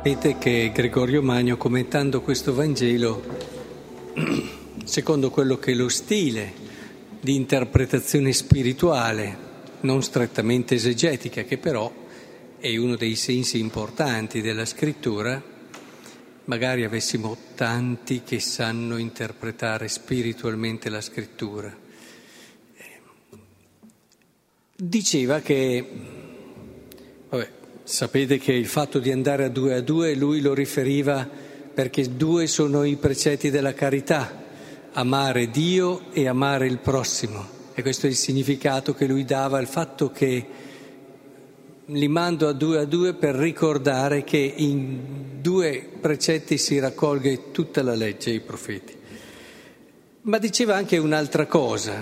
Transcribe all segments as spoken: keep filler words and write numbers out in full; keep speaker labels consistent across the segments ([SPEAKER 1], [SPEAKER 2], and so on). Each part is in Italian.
[SPEAKER 1] Sapete che Gregorio Magno, commentando questo Vangelo, secondo quello che è lo stile di interpretazione spirituale, non strettamente esegetica, che però è uno dei sensi importanti della scrittura, magari avessimo tanti che sanno interpretare spiritualmente la scrittura. Diceva che, vabbè, sapete che il fatto di andare a due a due lui lo riferiva perché due sono i precetti della carità, amare Dio e amare il prossimo. E questo è il significato che lui dava al fatto che li mando a due a due per ricordare che in due precetti si raccolga tutta la legge e i profeti. Ma diceva anche un'altra cosa,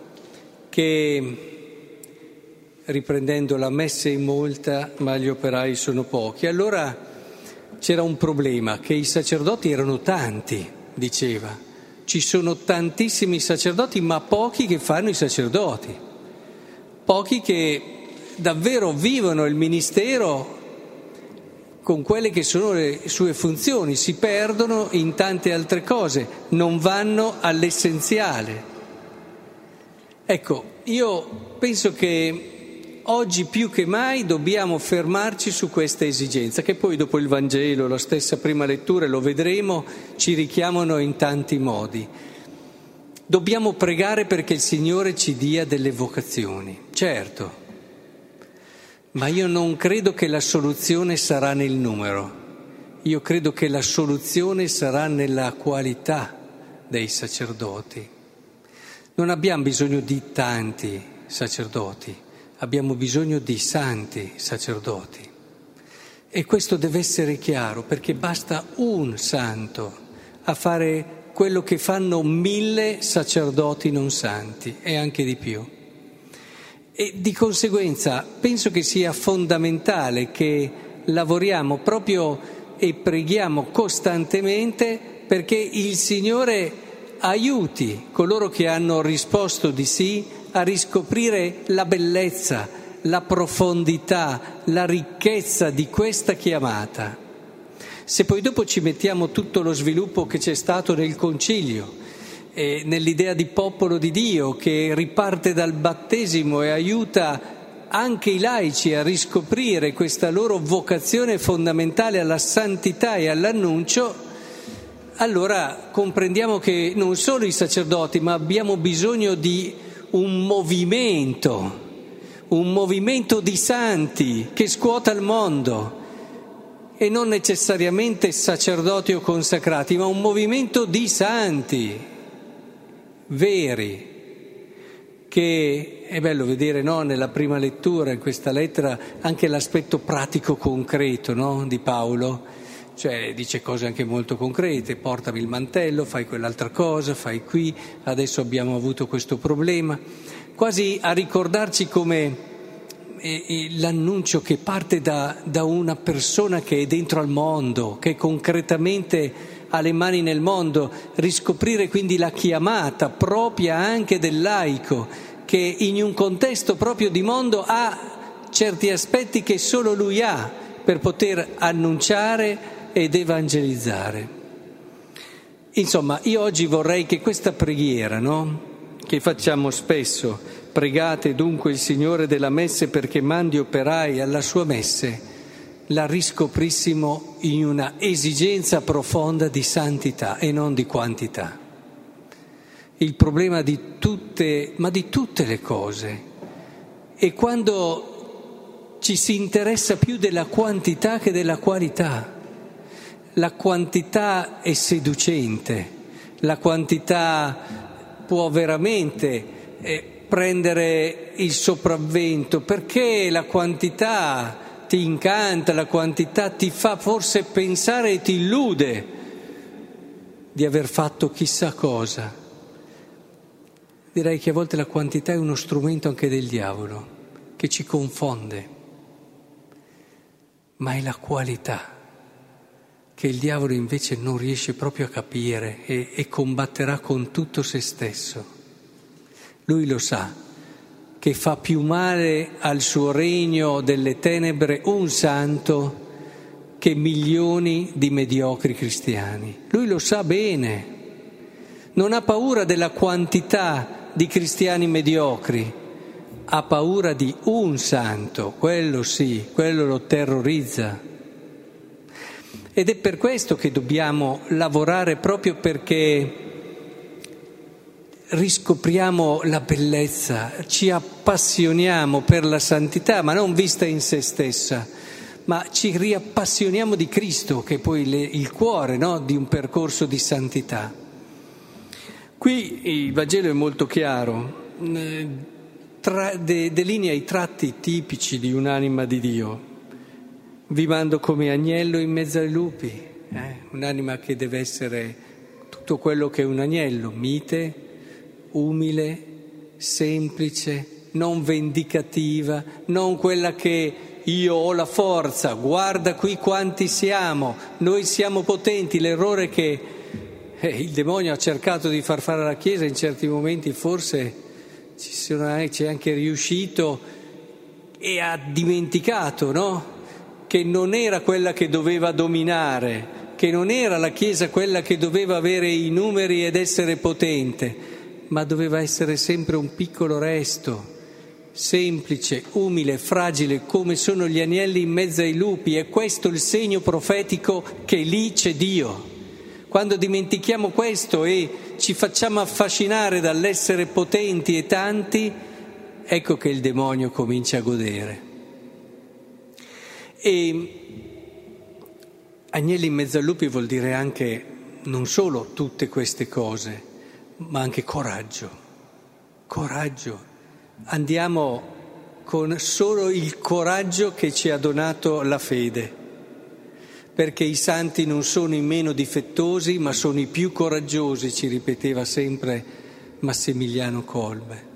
[SPEAKER 1] che riprendendo la messa in molta, ma gli operai sono pochi. Allora c'era un problema, che i sacerdoti erano tanti, diceva. Ci sono tantissimi sacerdoti, ma pochi che fanno i sacerdoti. Pochi che davvero vivono il ministero con quelle che sono le sue funzioni, si perdono in tante altre cose, non vanno all'essenziale. Ecco, io penso che oggi più che mai dobbiamo fermarci su questa esigenza, che poi dopo il Vangelo, la stessa prima lettura, lo vedremo, ci richiamano in tanti modi. Dobbiamo pregare perché il Signore ci dia delle vocazioni, certo, ma io non credo che la soluzione sarà nel numero, io credo che la soluzione sarà nella qualità dei sacerdoti. Non abbiamo bisogno di tanti sacerdoti, abbiamo bisogno di santi sacerdoti. E questo deve essere chiaro, perché basta un santo a fare quello che fanno mille sacerdoti non santi e anche di più. E di conseguenza penso che sia fondamentale che lavoriamo proprio e preghiamo costantemente perché il Signore aiuti coloro che hanno risposto di sì a riscoprire la bellezza, la profondità, la ricchezza di questa chiamata. Se poi dopo ci mettiamo tutto lo sviluppo che c'è stato nel Concilio, eh, nell'idea di popolo di Dio che riparte dal battesimo e aiuta anche i laici a riscoprire questa loro vocazione fondamentale alla santità e all'annuncio, allora comprendiamo che non solo i sacerdoti, ma abbiamo bisogno di un movimento, un movimento di santi che scuota il mondo e non necessariamente sacerdoti o consacrati, ma un movimento di santi veri, che è bello vedere, no, nella prima lettura, in questa lettera, anche l'aspetto pratico concreto, no, di Paolo. Cioè dice cose anche molto concrete, portami il mantello, fai quell'altra cosa, fai qui, adesso abbiamo avuto questo problema, quasi a ricordarci come eh, eh, l'annuncio che parte da, da una persona che è dentro al mondo, che concretamente ha le mani nel mondo, riscoprire quindi la chiamata propria anche del laico, che in un contesto proprio di mondo ha certi aspetti che solo lui ha per poter annunciare ed evangelizzare. Insomma, io oggi vorrei che questa preghiera, no, che facciamo spesso, pregate dunque il Signore della messe perché mandi operai alla sua messe, la riscoprissimo in una esigenza profonda di santità e non di quantità. Il problema di tutte, ma di tutte le cose, è quando ci si interessa più della quantità che della qualità. La quantità è seducente, la quantità può veramente eh, prendere il sopravvento, perché la quantità ti incanta, la quantità ti fa forse pensare e ti illude di aver fatto chissà cosa. Direi che a volte la quantità è uno strumento anche del diavolo, che ci confonde, ma è la qualità che il diavolo invece non riesce proprio a capire e, e combatterà con tutto se stesso. Lui lo sa, che fa più male al suo regno delle tenebre un santo che milioni di mediocri cristiani. Lui lo sa bene, non ha paura della quantità di cristiani mediocri, ha paura di un santo, quello sì, quello lo terrorizza. Ed è per questo che dobbiamo lavorare, proprio perché riscopriamo la bellezza, ci appassioniamo per la santità, ma non vista in se stessa, ma ci riappassioniamo di Cristo, che è poi le, il cuore, no, di un percorso di santità. Qui il Vangelo è molto chiaro, eh, tra, de, delinea i tratti tipici di un'anima di Dio. Vi mando come agnello in mezzo ai lupi, eh? Un'anima che deve essere tutto quello che è un agnello, mite, umile, semplice, non vendicativa, non quella che io ho la forza, guarda qui quanti siamo, noi siamo potenti. L'errore che eh, il demonio ha cercato di far fare alla Chiesa in certi momenti, forse ci sono, ci è anche riuscito, e ha dimenticato, no? Che non era quella che doveva dominare, che non era la Chiesa quella che doveva avere i numeri ed essere potente, ma doveva essere sempre un piccolo resto, semplice, umile, fragile, come sono gli agnelli in mezzo ai lupi. È questo il segno profetico che lì c'è Dio. Quando dimentichiamo questo e ci facciamo affascinare dall'essere potenti e tanti, ecco che il demonio comincia a godere. E agnelli in mezzo ai lupi vuol dire anche non solo tutte queste cose, ma anche coraggio. Coraggio. Andiamo con solo il coraggio che ci ha donato la fede, perché i santi non sono i meno difettosi, ma sono i più coraggiosi, ci ripeteva sempre Massimiliano Kolbe.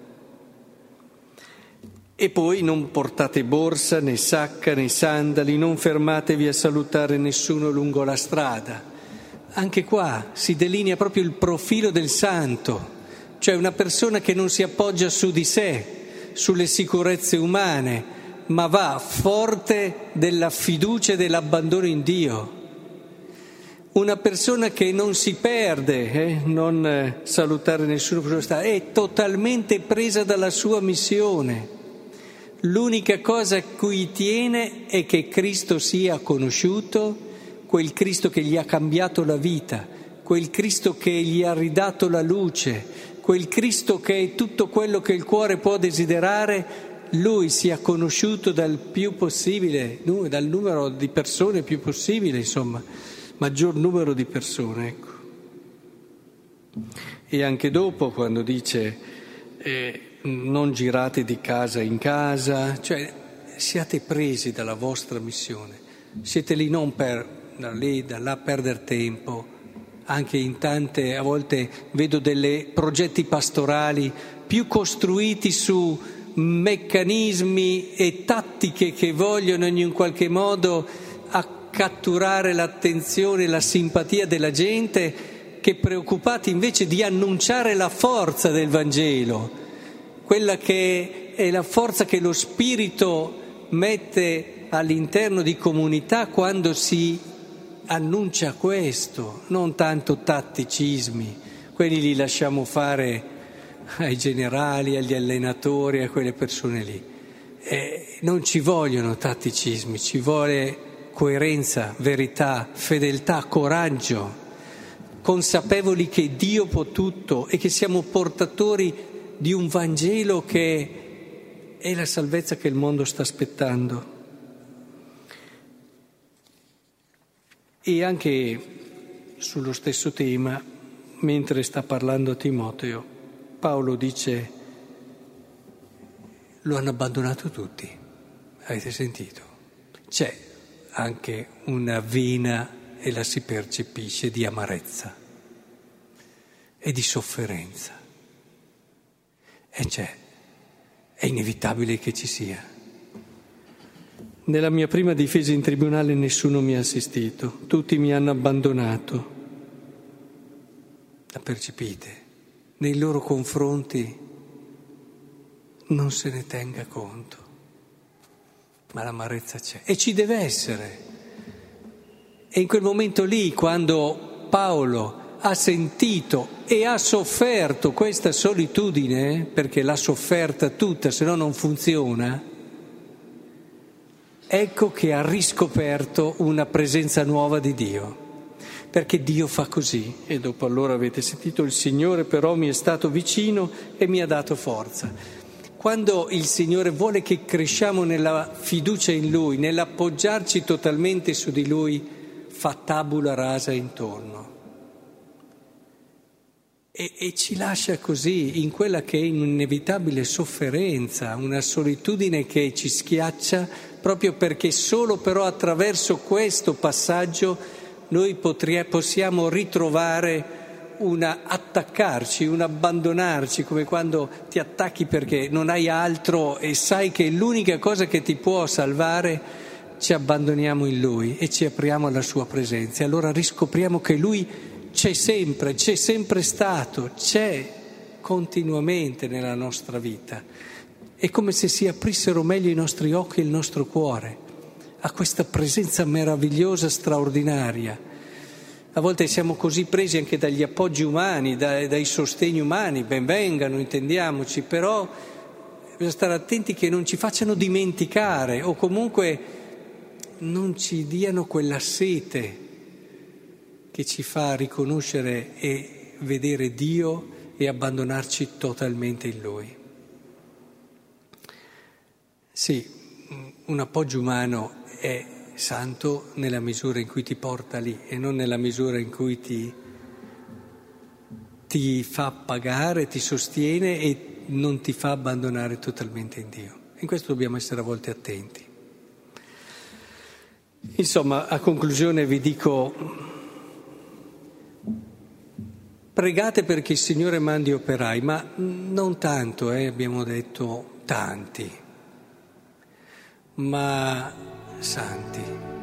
[SPEAKER 1] E poi non portate borsa, né sacca, né sandali, non fermatevi a salutare nessuno lungo la strada. Anche qua si delinea proprio il profilo del santo, cioè una persona che non si appoggia su di sé, sulle sicurezze umane, ma va forte della fiducia e dell'abbandono in Dio. Una persona che non si perde, eh, non eh, salutare nessuno sulla strada, è totalmente presa dalla sua missione. L'unica cosa a cui tiene è che Cristo sia conosciuto, quel Cristo che gli ha cambiato la vita, quel Cristo che gli ha ridato la luce, quel Cristo che è tutto quello che il cuore può desiderare, lui sia conosciuto dal più possibile, dal numero di persone più possibile, insomma, maggior numero di persone, ecco. E anche dopo, quando dice eh, non girate di casa in casa, cioè siate presi dalla vostra missione, siete lì non per da lì, da là perdere tempo, anche in tante, a volte vedo dei progetti pastorali più costruiti su meccanismi e tattiche che vogliono in qualche modo a catturare l'attenzione e la simpatia della gente, che preoccupati invece di annunciare la forza del Vangelo, quella che è la forza che lo Spirito mette all'interno di comunità quando si annuncia questo, non tanto tatticismi, quelli li lasciamo fare ai generali, agli allenatori, a quelle persone lì. Eh, non ci vogliono tatticismi, ci vuole coerenza, verità, fedeltà, coraggio, consapevoli che Dio può tutto e che siamo portatori di un Vangelo che è la salvezza che il mondo sta aspettando. E anche sullo stesso tema, mentre sta parlando a Timoteo, Paolo dice: lo hanno abbandonato tutti, avete sentito? C'è anche una vena, e la si percepisce, di amarezza e di sofferenza. E c'è, è inevitabile che ci sia. Nella mia prima difesa in tribunale nessuno mi ha assistito, tutti mi hanno abbandonato. La percepite? Nei loro confronti non se ne tenga conto, ma l'amarezza c'è e ci deve essere, E in quel momento lì, quando Paolo ha sentito e ha sofferto questa solitudine, perché l'ha sofferta tutta, se no non funziona, ecco che ha riscoperto una presenza nuova di Dio. Perché Dio fa così. E dopo allora avete sentito, il Signore però mi è stato vicino e mi ha dato forza. Quando il Signore vuole che cresciamo nella fiducia in Lui, nell'appoggiarci totalmente su di Lui, fa tabula rasa intorno. E, e ci lascia così, in quella che è un'inevitabile sofferenza, una solitudine che ci schiaccia, proprio perché solo però attraverso questo passaggio noi potria, possiamo ritrovare una attaccarci, un abbandonarci, come quando ti attacchi perché non hai altro e sai che è l'unica cosa che ti può salvare, ci abbandoniamo in Lui e ci apriamo alla Sua presenza. E allora riscopriamo che Lui c'è sempre, c'è sempre stato, c'è continuamente nella nostra vita. È come se si aprissero meglio i nostri occhi e il nostro cuore a questa presenza meravigliosa, straordinaria. A volte siamo così presi anche dagli appoggi umani, dai, dai sostegni umani, ben vengano, intendiamoci, però bisogna stare attenti che non ci facciano dimenticare o comunque non ci diano quella sete che ci fa riconoscere e vedere Dio e abbandonarci totalmente in Lui. Sì, un appoggio umano è santo nella misura in cui ti porta lì e non nella misura in cui ti, ti fa pagare, ti sostiene e non ti fa abbandonare totalmente in Dio. In questo dobbiamo essere a volte attenti. Insomma, a conclusione vi dico, pregate perché il Signore mandi operai, ma non tanto, eh, abbiamo detto tanti, ma santi.